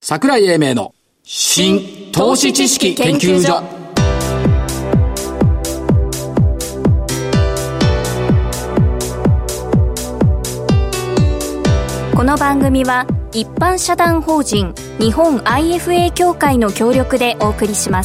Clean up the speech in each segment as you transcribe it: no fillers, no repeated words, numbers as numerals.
桜井英明の新投資知識研究所。 この番組は一般社団法人日本 IFA 協会の協力でお送りします。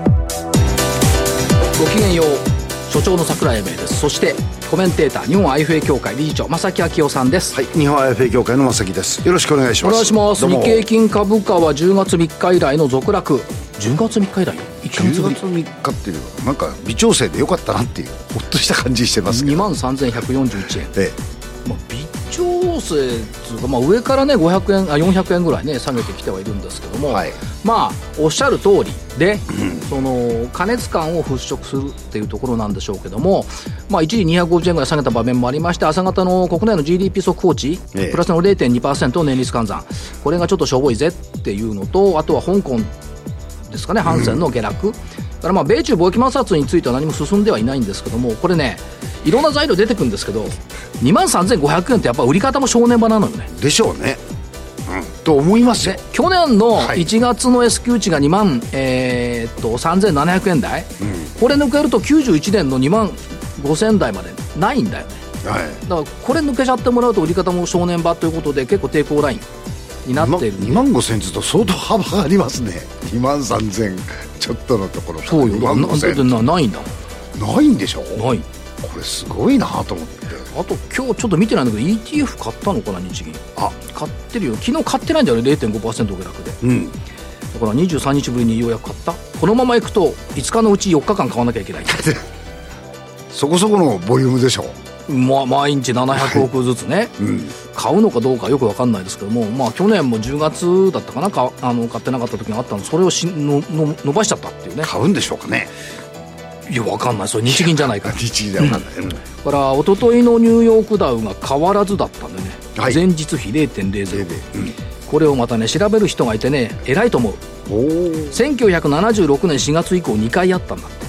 ごきげんよう、所長の桜井英明です。そしてコメンテーター日本 IFA 協会理事長正木昭夫さんです。 はい、日本 IFA 協会の正木です。よろしくお願いします。 お願いします。日経平均株価は10月3日以来の続落。10月3日以来1ヶ月ぶり。 10月3日っていうのはなんか微調整でよかったなっていうほっとした感じしてますけど、 23,141円、微調整っていうか、上からね500円400円ぐらいね下げてきてはいるんですけども、おっしゃる通りで、その過熱感を払拭するっていうところなんでしょうけども、一時250円ぐらい下げた場面もありまして、朝方の国内の GDP 速報値、プラスの 0.2% の年率換算、これがちょっとしょぼいぜっていうのと、あとは香港ですかね、ハンセンの下落、だから米中貿易摩擦については何も進んではいないんですけども、これねいろんな材料出てくるんですけど、23,500円ってやっぱ売り方も正念場なのよね。 でしょうね、と思いますよ。 去年の1月の S q 値が23,700円台、これ抜けると91年の25,000台までないんだよね、だからこれ抜けちゃってもらうと売り方も正念場ということで結構抵抗ラインになっている。 25,000ずっと相当幅がありますね。23,000ちょっとのところからそうよ、ないんだもん。 ないんでしょ。 ない。 これすごいなと思って。 あと今日ちょっと見てないんだけど ETF 買ったのかな、日銀。買ってるよ。昨日買ってないんだよね、 0.5% 下落で、だから23日ぶりにようやく買った。このままいくと5日のうち4日間買わなきゃいけないそこそこのボリュームでしょ。 毎日700億ずつね、買うのかどうかよく分かんないですけども、去年も10月だったかな、買ってなかった時があったの、それを伸ばしちゃったっていうね。 買うんでしょうかね。 いや分かんない、それ日銀じゃないから日銀では分かんない、 だから一昨日のニューヨークダウが変わらずだったんでね、前日比 0.00、これをまたね調べる人がいてね偉いと思う。1976年4月以降2回あったんだって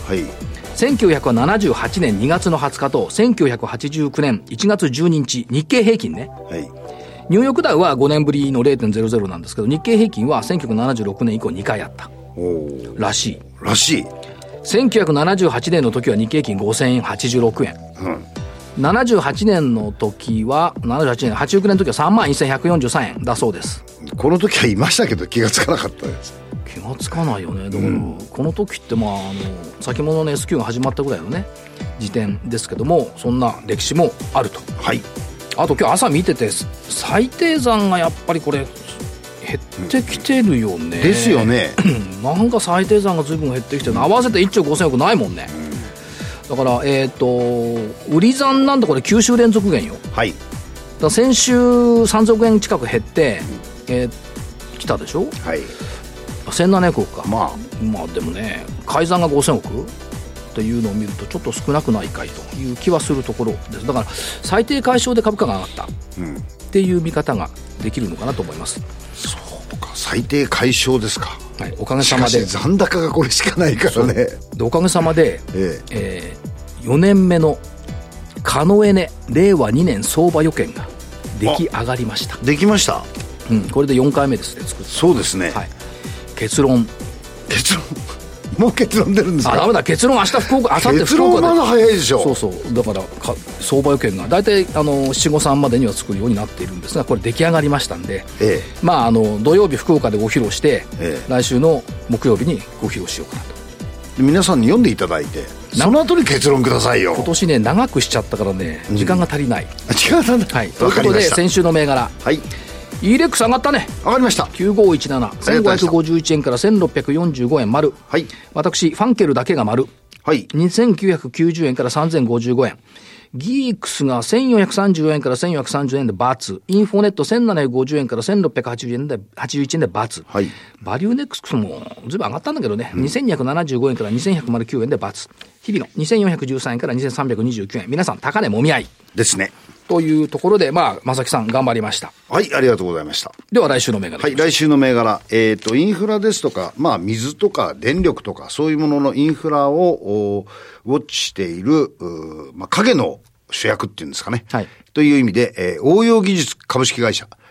、1978年2月の20日と1989年1月12日日経平均ね、ニューヨークダウは5年ぶりの 0.00 なんですけど、日経平均は1976年以降2回あったらしい。1978年の時は日経平均5,086円、78年の時は89年の時は 31,143 円だそうです。 この時はいましたけど気がつかなかったです。 気がつかないよね。だからこの時って先物の S q が始まったぐらいのね時点ですけども、そんな歴史もあると。あと今日朝見てて最低残がやっぱりこれ減ってきてるよね。 ですよねなんか最低残が随分減ってきてるの、合わせて1兆5,000億ないもんね、だから売り残なんだこれ9週連続減よ。だから先週3,000億円近く減って、きたでしょ。1,700億か。でもね改ざんが5,000億というのを見るとちょっと少なくないかいという気はするところです。だから最低解消で株価が上がったっていう見方ができるのかなと思います。 そうか、最低解消ですか。 おかげさまで。 しかし残高がこれしかないからね。 でおかげさまで、4年目のカノエネ令和2年相場予見が出来上がりました。 できました、 これで4回目ですね、作った。 そうですね、 結論もう結論出るんですか。 ダメだ、結論明日福岡、明後日福岡で。 結論はまだ早いでしょ。 そうだから相場予見が大体七五三までには作るようになっているんですが、これ出来上がりましたんで、土曜日福岡でご披露して、来週の木曜日にご披露しようかなと。 皆さんに読んでいただいてその後に結論くださいよ。 今年ね長くしちゃったからね時間が足りない、 時間が足りない、 ということで先週の銘柄、ELEX 上がったね。 上がりました。 9517、1551円から1645円丸。私、ファンケルだけが丸。2990円から3055円。ギークスが1434円から1430円で×。インフォネット1750円から1681円で×。バリューネックスもずいぶん上がったんだけどね。2275円から2109円で×。日々の2413円から2329円。皆さん高値もみ合い。 ですね。 というところで、正木さん頑張りました。 ありがとうございました。 では来週の銘柄。 来週の銘柄。インフラですとか、水とか電力とか、そういうもののインフラをウォッチしている、影の主役っていうんですかね。という意味で、応用技術株式会社、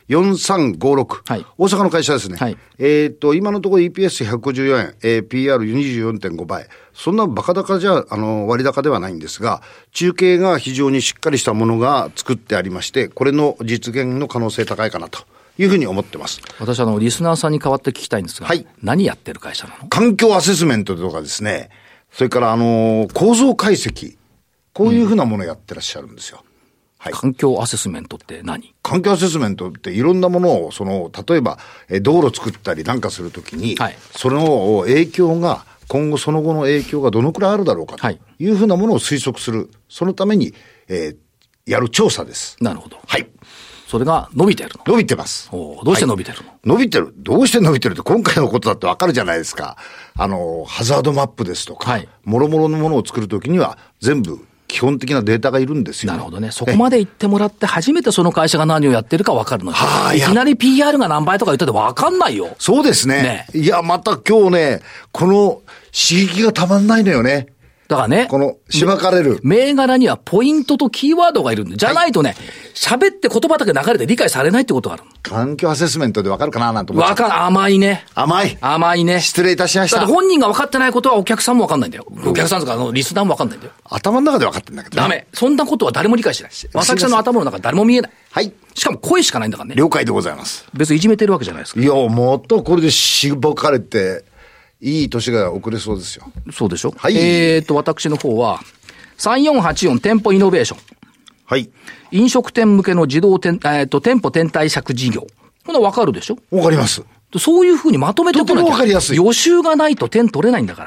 4356、 はい、 大阪の会社ですね。 はい、 今のところ EPS154 円、PR24.5 倍。そんなバカ高じゃ、割高ではないんですが、中継が非常にしっかりしたものが作ってありまして、これの実現の可能性高いかなというふうに思ってます。 私リスナーさんに代わって聞きたいんですが、はい、何やってる会社なの？ 環境アセスメントとかですね、それから構造解析、こういうふうなものをやってらっしゃるんですよ。 はい、環境アセスメントって何？ 環境アセスメントっていろんなものを、例えば、道路作ったりなんかするときに、はい、その影響が、今後その後の影響がどのくらいあるだろうかというふうなものを推測する。そのために、やる調査です。 なるほど。 はい。 それが伸びてるの？ 伸びてます。 どうして伸びてるの？ はい、伸びてる。どうして伸びてるって今回のことだってわかるじゃないですか。ハザードマップですとか、はい、もろもろのものを作るときには全部、基本的なデータがいるんですよ。 なるほどね。そこまで言ってもらって初めてその会社が何をやってるか分かるのに。いきなり PR が何倍とか言ってて分かんないよ。 そうですね。いや、また今日ね、この刺激がたまんないのよね。 だからね。 この、しばかれる。 銘柄にはポイントとキーワードがいるんで。じゃないとね、喋って言葉だけ流れて理解されないってことがある。 環境アセスメントで分かるかななんて思っちゃう。 分かる。甘いね。 甘い。 甘いね。 失礼いたしました。 だって本人が分かってないことはお客さんも分かんないんだよ。お客さんとかリスナーも分かんないんだよ。 頭の中で分かってんだけど、ね。 ダメ。そんなことは誰も理解しない。私の頭の中誰も見えない。 はい。 しかも声しかないんだからね。 了解でございます。 別にいじめてるわけじゃないですか。 いや、もっとこれでしばかれて、いい年が遅れそうですよ。 そうでしょ。 はい。 私の方は、3484店舗イノベーション。 はい。 飲食店向けの自動店舗天体借事業。これわかるでしょ？ わかります。 そういうふうにまとめてこなきゃ。 とてもわかりやすい。 予習がないと点取れないんだから。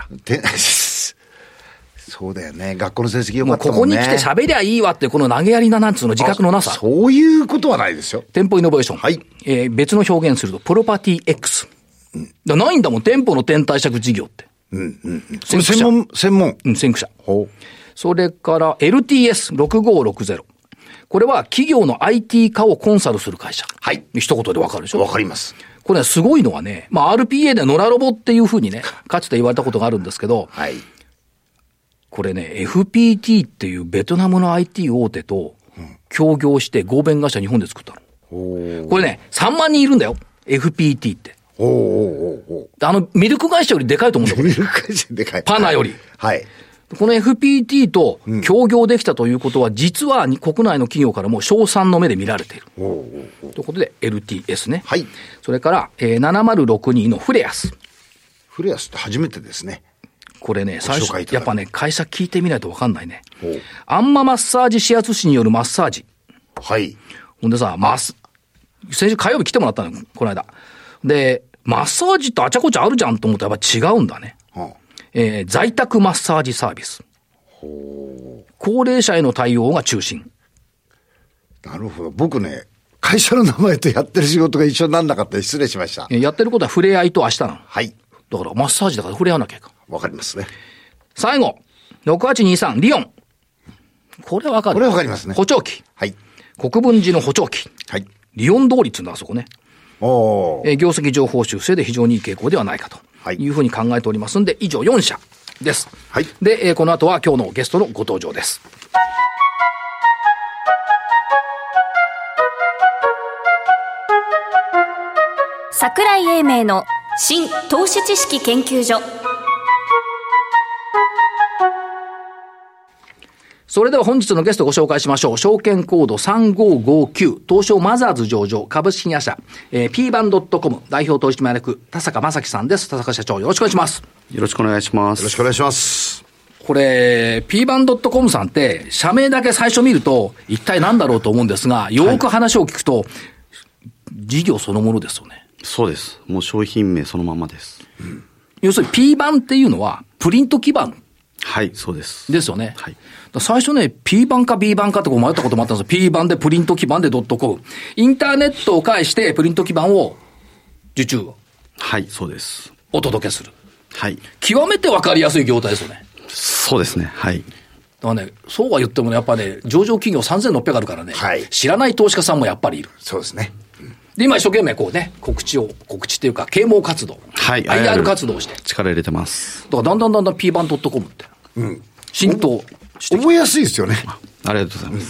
そうだよね。学校の成績良かったもんね。 ここに来て喋りゃいいわってこの投げやりななんつうの自覚のなさ。 そういうことはないですよ。 店舗イノベーション。 はい。 別の表現すると、プロパティ X。だないんだもん、店舗の天体借事業って。 専門。 先駆者。それから LTS6560。これは企業の IT 化をコンサルする会社。 はい。 一言でわかるでしょ？ わかります。 これはすごいのはね、RPA でノラロボっていうふうにね、かつて言われたことがあるんですけど、 はい。 これね、FPT っていうベトナムの IT 大手と協業して合弁会社日本で作ったの。これね、3万人いるんだよ。FPT って。ミルク会社よりでかいと思うんだよ。 ミルク会社でかい。 パナより。 はい。 この FPT と協業できたということは、実は国内の企業からも称賛の目で見られている。ということで LTS ね。 はい。 それから、7062のフレアス。 フレアスって初めてですね。 これね、最初、やっぱね、会社聞いてみないと分かんないね。アンママッサージ指圧師によるマッサージ。 はい。 ほんでさ、先週火曜日来てもらったのよ、この間。で、マッサージってあちゃこちゃあるじゃんと思ったらやっぱ違うんだね。在宅マッサージサービス。高齢者への対応が中心。 なるほど。僕ね、会社の名前とやってる仕事が一緒にならなかったら失礼しました。 やってることは触れ合いと明日なの。 はい。 だからマッサージだから触れ合わなきゃいかん。 わかりますね。 最後、6823、リオン。これはわかる。 これはわかりますね。 補聴器。 はい。 国分寺の補聴器。 はい。 リオン通りっていうんだ、あそこね。業績情報修正で非常にいい傾向ではないかというふうに考えておりますんで、以上4社です。 はい。 で、この後は今日のゲストのご登場です。 櫻井英明の新投資知識研究所。 それでは本日のゲストをご紹介しましょう。証券コード3559、東証マザーズ上場株式会社、P バン.com 代表取締役田坂正樹さんです。田坂社長、よろしくお願いします。 よろしくお願いします。 よろしくお願いします。 これ P バン.com さんって社名だけ最初見ると一体何だろうと思うんですが、よーく話を聞くと、事業そのものですよね。 そうです。もう商品名そのままです。 要するに P 版っていうのはプリント基盤。 はい、そうです。 ですよね。 はい。 最初ね、P 版か B 版かってこう迷ったこともあったんですよ。P 版でプリント基盤で.com。インターネットを介してプリント基盤を受注。 はい、そうです。 お届けする。 はい。 極めてわかりやすい業態ですよね。 そうですね。はい。 だからね、そうは言ってもね、やっぱね、上場企業3600あるからね、 はい、 知らない投資家さんもやっぱりいる。 そうですね。 で、今一生懸命こうね、告知っていうか、啓蒙活動。 はい。 IR 活動をして。 力入れてます。 だからだんだん P 版.com って。浸透して。 覚えやすいですよね。 ありがとうございます。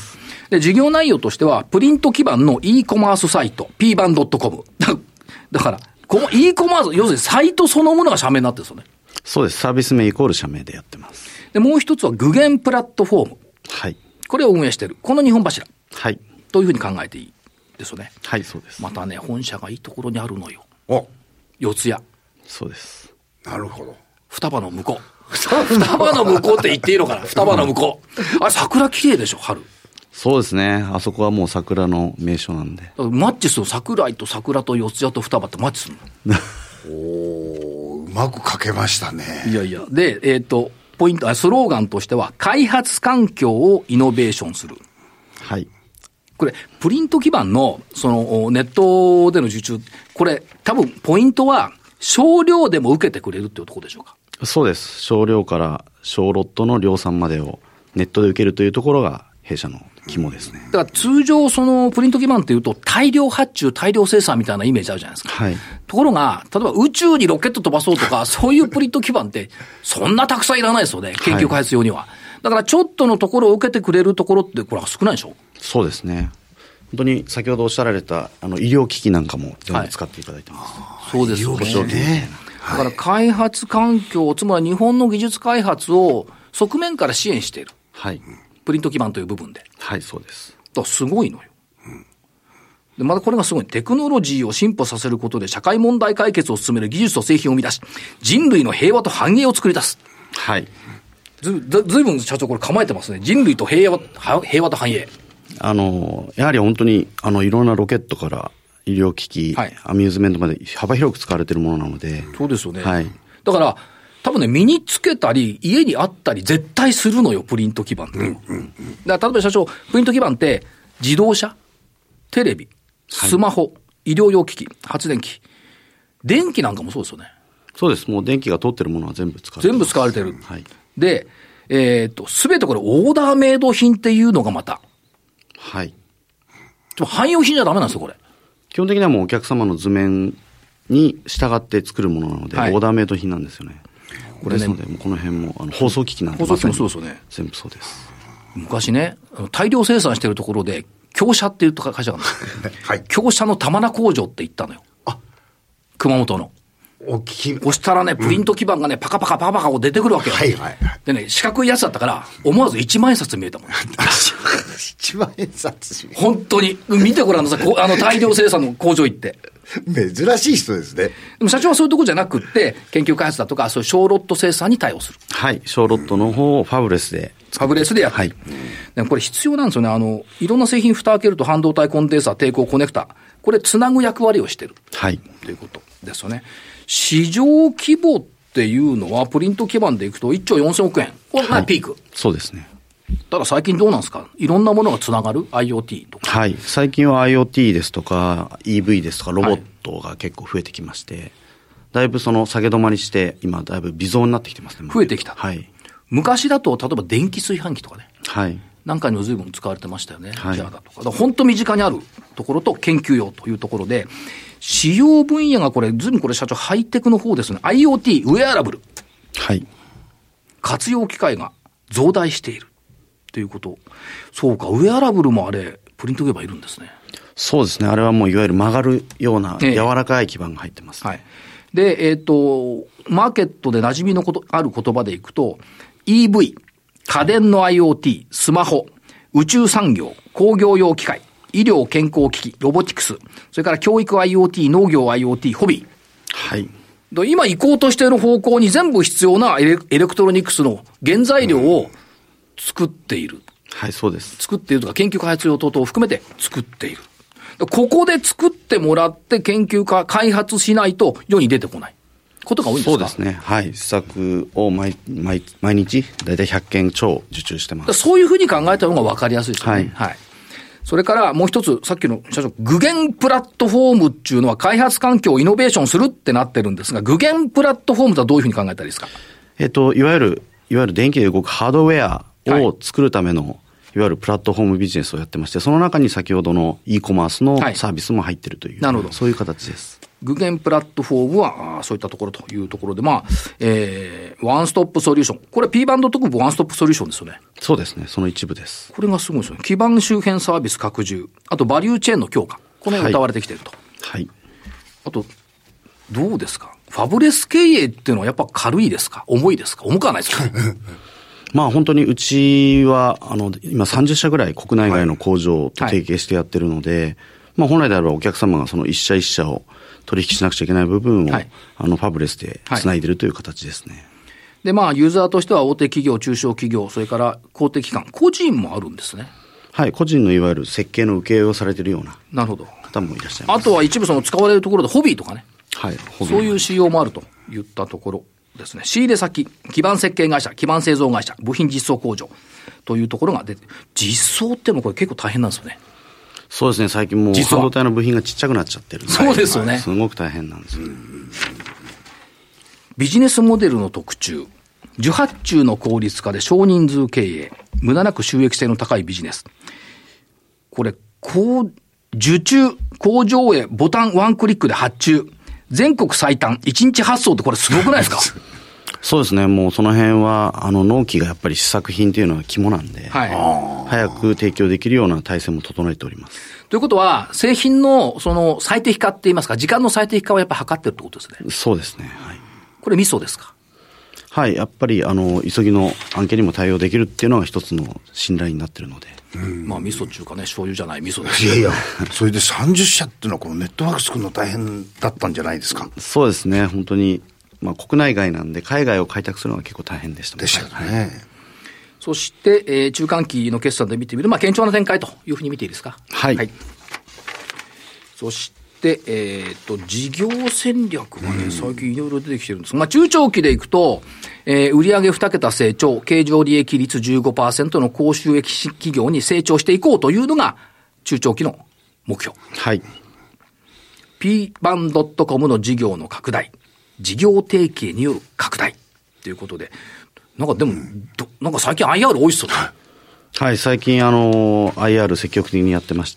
で、事業内容としては、プリント基盤の e コマースサイト、pban.com。だから、e コマース、要するにサイトそのものが社名になってるんですよね。 そうです。サービス名イコール社名でやってます。 で、もう一つは具現プラットフォーム。 はい。 これを運営している。この2本柱。 はい。 というふうに考えていいですよね。 はい、そうです。 またね、本社がいいところにあるのよ。 お、 四谷。 そうです。 なるほど。 双葉の向こう。双葉の向こうって言っていいのかな、双葉の向こう。あれ、桜綺麗でしょ、春。 そうですね。あそこはもう桜の名所なんで。 マッチする。桜井と桜と四谷と双葉ってマッチするの。 おー、うまく書けましたね。 いやいや。で、ポイント、スローガンとしては、開発環境をイノベーションする。 はい。 これ、プリント基盤の、ネットでの受注、これ、多分、ポイントは、少量でも受けてくれるっていうところでしょうか。 そうです。少量から小ロットの量産までをネットで受けるというところが弊社の肝ですね。 だから通常プリント基盤っていうと大量発注、大量生産みたいなイメージあるじゃないですか。 はい。 ところが、例えば宇宙にロケット飛ばそうとか、そういうプリント基盤ってそんなたくさんいらないですよね。研究開発用には。はい、だからちょっとのところを受けてくれるところってこれは少ないでしょ？ そうですね。本当に先ほどおっしゃられた医療機器なんかも全部使っていただいてます。 はい、そうですよね。 だから開発環境、つまり日本の技術開発を側面から支援している。 はい。 プリント基盤という部分で。 はい、そうです。 だからすごいのよ。で、またこれがすごい。テクノロジーを進歩させることで社会問題解決を進める技術と製品を生み出し、人類の平和と繁栄を作り出す。 はい。 ずいぶん社長これ構えてますね。人類と平和と繁栄。 やはり本当に、いろんなロケットから医療機器、はい、アミューズメントまで幅広く使われているものなので。 そうですよね。 はい。だから、多分ね、身につけたり、家にあったり、絶対するのよ、プリント基盤って。だから、例えば社長、プリント基盤って、自動車、テレビ、スマホ、はい、医療用機器、発電機、電気なんかもそうですよね。 そうです。もう電気が通ってるものは全部使われてる。 全部使われてる。 はい。 で、すべてこれ、オーダーメイド品っていうのがまた。 はい。 でも汎用品じゃダメなんですよ、これ。 基本的にはもうお客様の図面に従って作るものなので、はい、オーダーメイド品なんですよね。これですので、もうこの辺も放送機器なんで、 放送機器もそうですよね。 全部そうです。 昔ね、大量生産してるところで、強車っていう会社があるんですはい。強車の玉名工場って言ったのよ。あ、熊本の。押したらね、プリント基盤がね、パカパカパカパカ出てくるわけよ。 はいはい。 でね、四角いやつだったから、思わず1万円札見えたもん。 1万円札本当に。見てごらんなさい。大量生産の工場行って。 珍しい人ですね。 でも社長はそういうところじゃなくって、研究開発だとか、そういう小ロット生産に対応する。 はい。小ロットの方をファブレスで。 ファブレスでやって。はい。でもこれ必要なんですよね。いろんな製品蓋開けると半導体コンデンサー、抵抗コネクタ。これつなぐ役割をしてる。 はい。 ということですよね。市場規模っていうのは、プリント基盤でいくと1兆4000億円。これがピーク。 そうですね。 ただ最近どうなんですか？いろんなものがつながる IoT とか。 はい。最近は IoT ですとか EV ですとかロボットが結構増えてきまして、はい、だいぶ下げ止まりして、今だいぶ微増になってきてますね。 増えてきた。 はい。 昔だと、例えば電気炊飯器とかね。 はい。 なんかにも随分使われてましたよね。 はい。 ジャーだとか。だから本当身近にあるところと研究用というところで、使用分野がこれ、随分これ社長ハイテクの方ですね。IoT、ウェアラブル。 はい。 活用機会が増大している。ということ。そうか、ウェアラブルもあれ、プリント基盤いるんですね。 そうですね。あれはもういわゆる曲がるような柔らかい基盤が入ってます、 はい。で、マーケットで馴染みのある言葉でいくと、EV、家電の IoT、スマホ、宇宙産業、工業用機械、医療健康機器、ロボティクス、それから教育 IoT、農業 IoT、ホビー。 はい。 今行こうとしている方向に全部必要なエレクトロニクスの原材料を作っている。 はい、そうです。 作っているとか研究開発用等々を含めて作っている。ここで作ってもらって研究開発しないと世に出てこないことが多いんですか？ そうですね。はい。施策を毎日だいたい100件超受注してます。 そういうふうに考えた方が分かりやすいですよね。 はい。 はい。それからもう一つ、さっきの社長、具現プラットフォームっていうのは開発環境をイノベーションするってなってるんですが、具現プラットフォームとはどういうふうに考えたらいいですか？ いわゆる電気で動くハードウェアを作るための、はい、いわゆるプラットフォームビジネスをやってまして、その中に先ほどの e コマースのサービスも入っているという、 なるほど。 そういう形です。 具現プラットフォームはそういったところというところで、ワンストップソリューション。これ P バンド特部ワンストップソリューションですよね。 そうですね。その一部です。 これがすごいですよね。基盤周辺サービス拡充。あとバリューチェーンの強化。この辺が謳われてきていると。 はい。 あと、どうですか？ファブレス経営っていうのはやっぱ軽いですか？重いですか？重くはないですか？ 本当にうちは、今30社ぐらい国内外の工場と提携してやってるので、本来であればお客様がその一社一社を取引しなくちゃいけない部分を、ファブレスで繋いでるという形ですね。 で、ユーザーとしては大手企業、中小企業、それから公的機関、個人もあるんですね。 はい、個人のいわゆる設計の請負をされているような。 なるほど。 方もいらっしゃいます。 あとは一部その使われるところでホビーとかね。 はい。 そういう仕様もあるといったところですね。仕入れ先、基盤設計会社、基盤製造会社、部品実装工場というところが出て、実装ってもこれ結構大変なんですよね。 そうですね。最近もう半導体の部品がちっちゃくなっちゃってるんで。 そうですよね。 すごく大変なんですよ。 ビジネスモデルの特注。受発注の効率化で少人数経営。無駄なく収益性の高いビジネス。これ、受注、工場へボタンワンクリックで発注。全国最短、1日発送ってこれすごくないですか？ そうですね。もうその辺は、納期がやっぱり試作品というのは肝なんで、早く提供できるような体制も整えております。 ということは、製品のその最適化って言いますか、時間の最適化をやっぱり測ってるってことですね。 そうですね。はい。 これミソですか？ はい。やっぱり、急ぎの案件にも対応できるっていうのが一つの信頼になってるので。 ミソっていうかね、醤油じゃないミソです。 いや、それで30社っていうのはこのネットワーク作るの大変だったんじゃないですか？ そうですね。本当に、国内外なんで海外を開拓するのが結構大変でしたもんね。 でしたよね。 そして、中間期の決算で見てみる、堅調な展開というふうに見ていいですか？ はい。はい。 そして、事業戦略がね、最近いろいろ出てきてるんですが、中長期でいくと、売上2桁成長、経常利益率 15% の高収益企業に成長していこうというのが中長期の目標。 はい。 pban.com の事業の拡大、事業提携による拡大ということで、でも、なんか最近 IR 多いっすよね。 はい、最近IR 積極的にやってまして、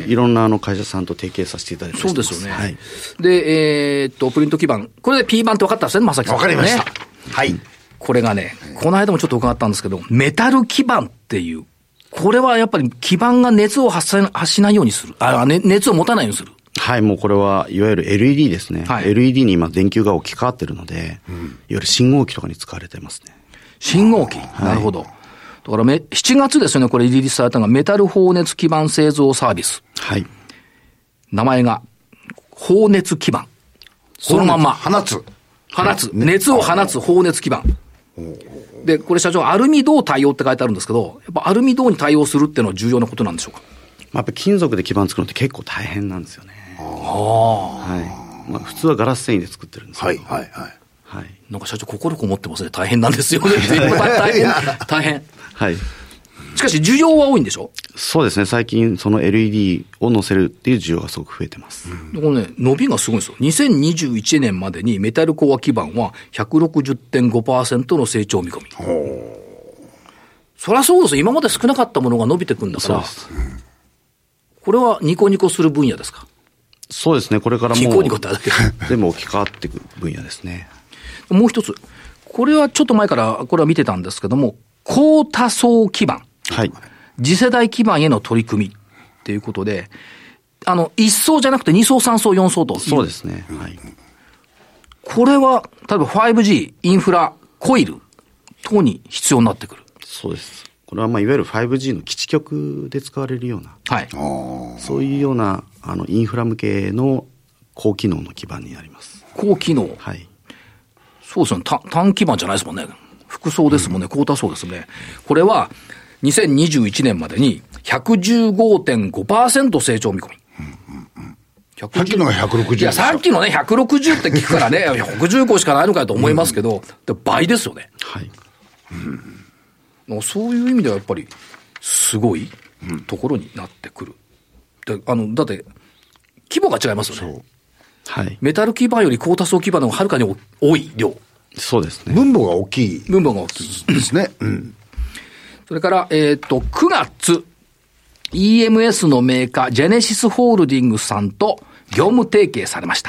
いろんな会社さんと提携させていただいてます。 そうですよね。 はい。 で、プリント基板。これで P 板って分かったんですね、まさきさん。 分かりました。はい。 これがね、この間もちょっと伺ったんですけど、メタル基板っていう、これはやっぱり基板が熱を発しないようにする。熱を持たないようにする。 はい、もうこれはいわゆる LED ですね。はい、LED に今電球が置き換わってるので、いわゆる信号機とかに使われてますね。 信号機、なるほど。だから7月ですよね、これリリースされたのがメタル放熱基板製造サービス。 はい。 名前が、放熱基板。そのまんま。 放つ。 熱を放つ放熱基板。で、これ社長、アルミ銅対応って書いてあるんですけど、やっぱアルミ銅に対応するっていうのは重要なことなんでしょうか？ やっぱり金属で基板作るのって結構大変なんですよね。はい。普通はガラス繊維で作ってるんですけど。はい。 なんか社長心こもってますね。大変なんですよね。大変。 はい。 しかし需要は多いんでしょ？ そうですね。最近その LED を載せるっていう需要がすごく増えてます。 このね、伸びがすごいんですよ。2021年までにメタルコア基板は 160.5% の成長見込み。そりゃそうですよ。今まで少なかったものが伸びてくんだから。これはニコニコする分野ですか？ そうですね。これからもうニコニコってあれだけど全部置き換わっていく分野ですね。 もう一つ。これはちょっと前からこれは見てたんですけども、高多層基板。 はい。 次世代基板への取り組みっていうことで、1層じゃなくて2層、3層、4層と。 そうですね。はい。 これは、例えば 5G、インフラ、コイル等に必要になってくる。 そうです。これはいわゆる 5G の基地局で使われるような。 はい。 そういうような、インフラ向けの高機能の基板になります。 高機能。 はい。 そうですね。単基板じゃないですもんね。複層ですもんね。高多層ですね。これは、2021年までに 115.5% 成長見込み。 さっきのが160。 いや、さっきのね、160って聞くからね、115しかないのかと思いますけど、倍ですよね。 はい。 そういう意味ではやっぱり、すごいところになってくる。だって、規模が違いますよね。 はい。 メタル基板より高多層基板の方がはるかに多い量。 そうですね。 分母が大きい。 分母が大きい。 ですね。うん。 それから、9月、EMS のメーカー、ジェネシスホールディングスさんと業務提携されました。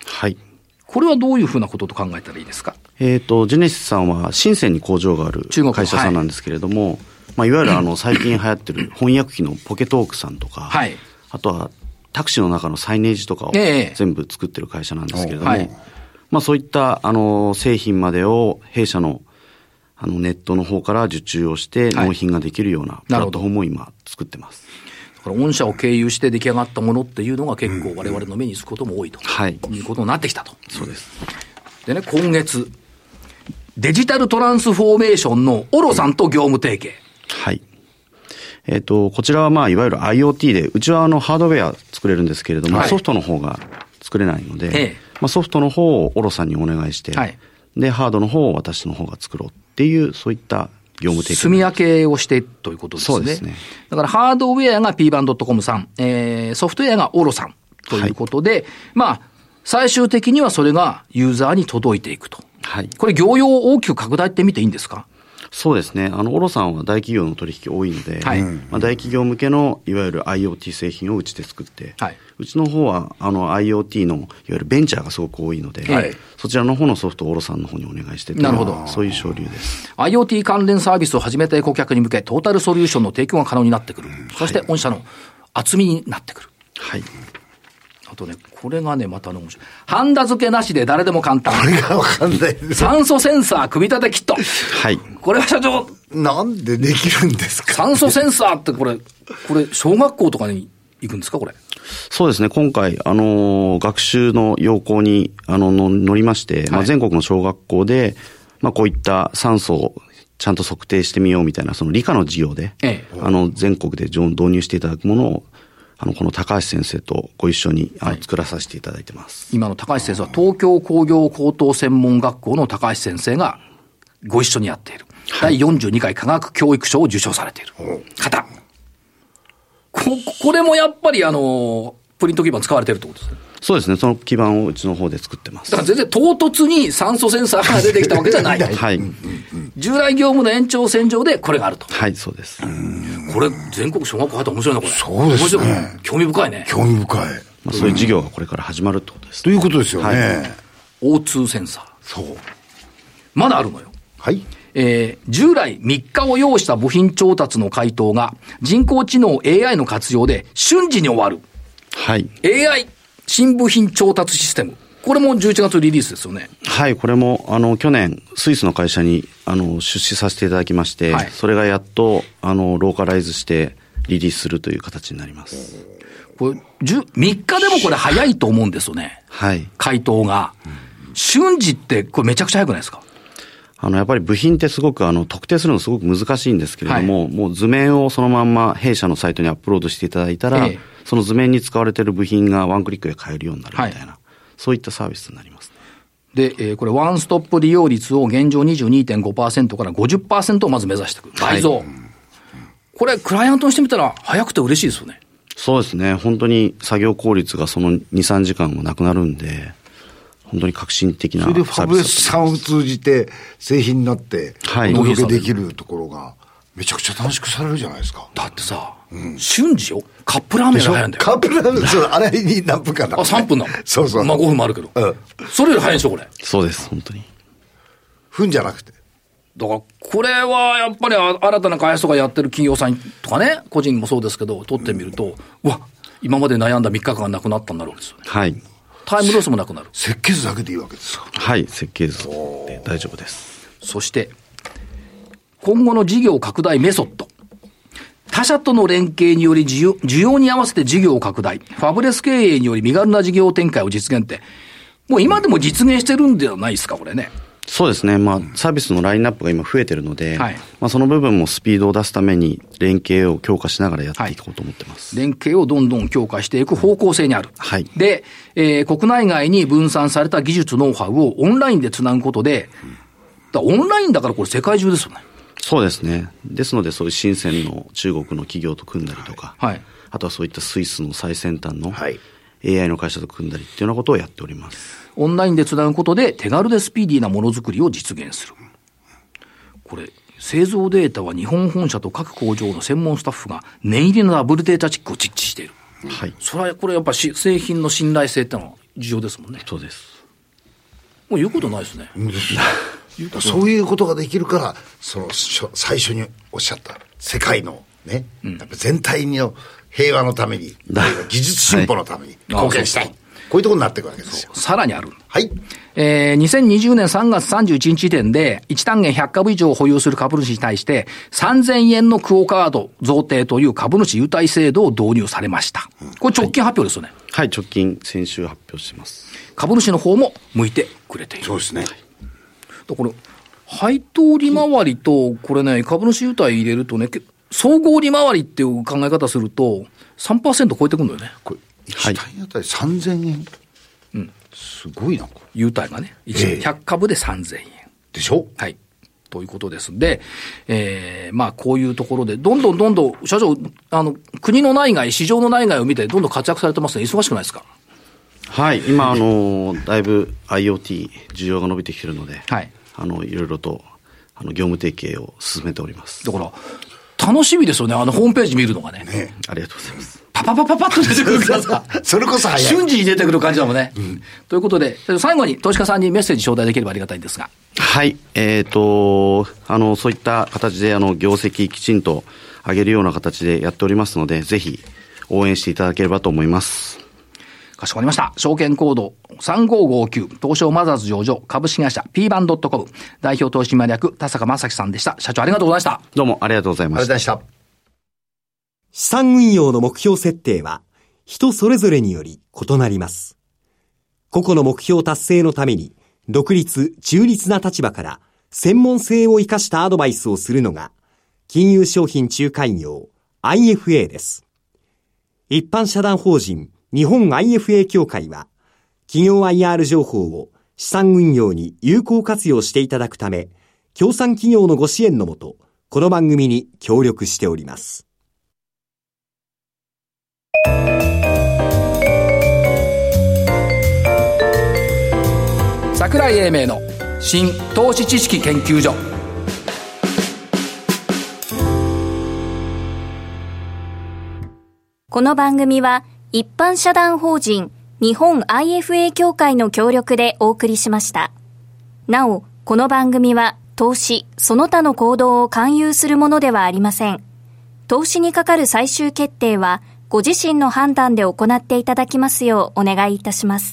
はい。 これはどういうふうなことと考えたらいいですか？ ジェネシスさんは深センに工場がある会社さんなんですけれども、いわゆる最近流行ってる翻訳機のポケトークさんとか、はい、あとはタクシーの中のサイネージとかを全部作ってる会社なんですけれども、そういった製品までを弊社のネットの方から受注をして納品ができるようなプラットフォームを今作ってます。 だから御社を経由して出来上がったものっていうのが結構我々の目につくことも多いと、いうことになってきたと。 そうです。 でね、今月デジタルトランスフォーメーションのオロさんと業務提携。 はい。こちらはいわゆる IoT で、うちはハードウェア作れるんですけれども、ソフトの方が作れないので、ソフトの方をオロさんにお願いして、で、ハードの方を私の方が作ろうっていう、そういった業務提携。 住み分けをしてということですね。 そうですね。 だからハードウェアが P-Band.com さん、ソフトウェアがオロさんということで、最終的にはそれがユーザーに届いていくと。はい。これ業用を大きく拡大って見ていいんですか？ そうですね。オロさんは大企業の取引多いので、大企業向けのいわゆる IoT 製品をうちで作って、うちの方はIoT のいわゆるベンチャーがすごく多いので、そちらの方のソフトをオロさんの方にお願いしてて、なるほど。そういう省流です。 IoT 関連サービスを始めた顧客に向けトータルソリューションの提供が可能になってくる。そして御社の厚みになってくる。 はい。 あとね、これがね、また面白い。ハンダ付けなしで誰でも簡単。 これがわかんないです。 酸素センサー組み立てキット。 はい。 これは社長。 なんでできるんですか？ 酸素センサーってこれ、小学校とかに行くんですかこれ？ そうですね。今回、学習の要項に、乗りまして、全国の小学校で、こういった酸素をちゃんと測定してみようみたいな、その理科の授業で、全国で導入していただくものを、この高橋先生とご一緒に作らさせていただいてます。 今の高橋先生は東京工業高等専門学校の高橋先生がご一緒にやっている。第42回科学教育賞を受賞されている方。これもやっぱりプリント基板使われているってことですね。 そうですね。その基板をうちの方で作ってます。 だから全然唐突に酸素センサーが出てきたわけじゃない。 はい。 従来業務の延長線上でこれがあると。 はい、そうです。 これ全国小学校入ったら面白いなこれ。 そうですね。 面白い。興味深いね。 興味深い。 そういう授業がこれから始まるってことです。 ということですよね。 O2 センサー。 そう。 まだあるのよ。 はい。 従来3日を要した部品調達の回答が人工知能 AI の活用で瞬時に終わる。 はい。 AI 新部品調達システム。これも11月リリースですよね。 はい。これも、去年、スイスの会社に、出資させていただきまして、それがやっと、ローカライズしてリリースするという形になります。 これ、3日でもこれ早いと思うんですよね。 はい。 回答が。瞬時って、これめちゃくちゃ早くないですか？ やっぱり部品ってすごく特定するのすごく難しいんですけれども、もう図面をそのまんま弊社のサイトにアップロードしていただいたら、その図面に使われている部品がワンクリックで買えるようになるみたいな、そういったサービスになりますね。で、これワンストップ利用率を現状 22.5% から 50% をまず目指していく。倍増。これクライアントにしてみたら早くて嬉しいですよね。 そうですね。本当に作業効率がその2、3時間もなくなるんで、本当に革新的なサービス。 それでファブレスさんを通じて製品になってお届けできるところがめちゃくちゃ短縮されるじゃないですか。 だってさ、瞬時よ。カップラーメンが早いんだよ。 カップラーメン、あれに何分かだ、 ね。3分だ。 そうそう。 5分もあるけど。それより早いんでしょ、これ。 そうです、本当に。 分じゃなくて。 だから、これはやっぱり新たな開発とかやってる企業さんとかね、個人もそうですけど、取ってみると、今まで悩んだ3日間がなくなったんだろうですよね。 はい。 タイムロスもなくなる。 設計図だけでいいわけですか？ はい、設計図で大丈夫です。 そして、今後の事業拡大メソッド。他社との連携により需要に合わせて事業を拡大。ファブレス経営により身軽な事業展開を実現って、もう今でも実現してるんではないですか、これね。 そうですね。サービスのラインナップが今増えてるので、その部分もスピードを出すために連携を強化しながらやっていこうと思ってます。 連携をどんどん強化していく方向性にある。 はい。 で、国内外に分散された技術ノウハウをオンラインでつなぐことで、オンラインだからこれ世界中ですよね。 そうですね。ですので、そういう深センの中国の企業と組んだりとか、あとはそういったスイスの最先端の AI の会社と組んだりっていうようなことをやっております。 オンラインでつなぐことで手軽でスピーディーなものづくりを実現する。これ、製造データは日本本社と各工場の専門スタッフが念入りのダブルデータチェックを実地している。はい。それはこれやっぱ製品の信頼性ってのは事情ですもんね。 そうです。 もう言うことないですね。 そういうことができるから、最初におっしゃった世界のね、やっぱ全体の平和のために、技術進歩のために貢献したい。こういうところになっていくわけですよ。 さらにある。 はい。 2020年3月31日時点で、1単元100株以上保有する株主に対して、3000円のクオカード贈呈という株主優待制度を導入されました。これ直近発表ですよね。 はい、直近、先週発表してます。 株主の方も向いてくれている。 そうですね。 これ、配当利回りと、これね、株主優待入れるとね、総合利回りっていう考え方すると、3% 超えてくるんだよね。 これ1単位あたり3000円。 うん。 すごいな。 優待がね。100株で3000円。 でしょ？ はい。ということですんで、まあこういうところで、どんどん、社長、国の内外、市場の内外を見て、どんどん活躍されてますね。忙しくないですか？ はい。今、だいぶ IoT 需要が伸びてきてるので、 はい。 いろいろと、業務提携を進めております。 だから、楽しみですよね。ホームページ見るのがね。 ありがとうございます。 パッと出てくるからさ。 それこそ早い。 瞬時に出てくる感じだもんね。ということで、最後に投資家さんにメッセージ頂戴できればありがたいんですが。 はい。そういった形で、業績きちんと上げるような形でやっておりますので、ぜひ応援していただければと思います。 かしこまりました。証券コード3559東証マザーズ上場株式会社 P バン.com 代表取締役田坂正樹さんでした。社長ありがとうございました。 どうもありがとうございました。 ありがとうございました。 資産運用の目標設定は人それぞれにより異なります。個々の目標達成のために独立、中立な立場から専門性を生かしたアドバイスをするのが金融商品仲介業 IFA です。一般社団法人日本 IFA 協会は企業 IR 情報を資産運用に有効活用していただくため、協賛企業のご支援のもと、この番組に協力しております。 櫻井英明の新投資知識研究所。 この番組は一般社団法人日本 IFA 協会の協力でお送りしました。なお、この番組は投資その他の行動を勧誘するものではありません。投資にかかる最終決定はご自身の判断で行っていただきますようお願いいたします。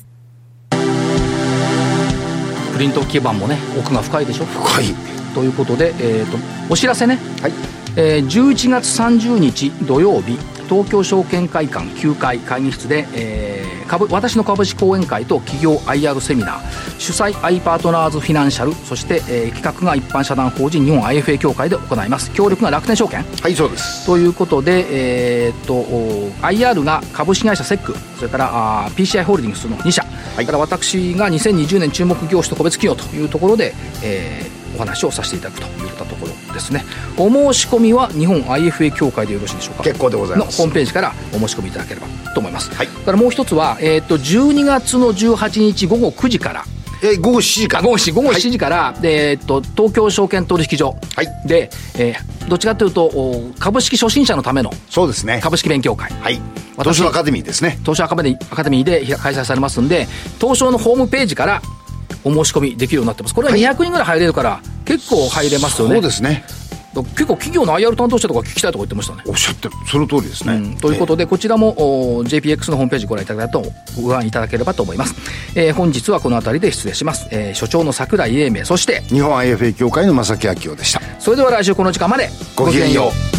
プリント基盤もね、奥が深いでしょ。 深い。 ということで、お知らせね。 はい。 11月30日土曜日、東京証券会館9階会議室で、私の株式講演会と企業 IR セミナー、主催 i パートナーズフィナンシャル、そして、企画が一般社団法人日本 IFA 協会で行います。協力が楽天証券。 はい、そうです。 ということで、IR が株式会社セック、それからPCI ホールディングスの2社、はい、から私が2020年注目業種と個別企業というところで、お話をさせていただくといったところですね。お申し込みは日本 IFA 協会でよろしいでしょうか。 結構でございます。 のホームページからお申し込みいただければと思います。 はい。 からもう一つは、12月の18日午後9時から午後7時から。 午後7時から、はい、東京証券取引所で、どっちかというと株式初心者のためのそうですね株式勉強会、 はい、東証アカデミーですね。 東証アカデミーで開催されますんで、東証のホームページからお申し込みできるようになってます。これは200人ぐらい入れるから、はい、結構入れますよね。 そうですね。 結構企業の IR 担当者とか聞きたいとか言ってましたね。 おっしゃってる、その通りですね。 ということで、こちらも JPX のホームページご覧いただければと思います。本日はこの辺りで失礼します。所長の櫻井英明、そして日本 IFA 協会の正木明夫でした。 それでは来週この時間までごきげんよう。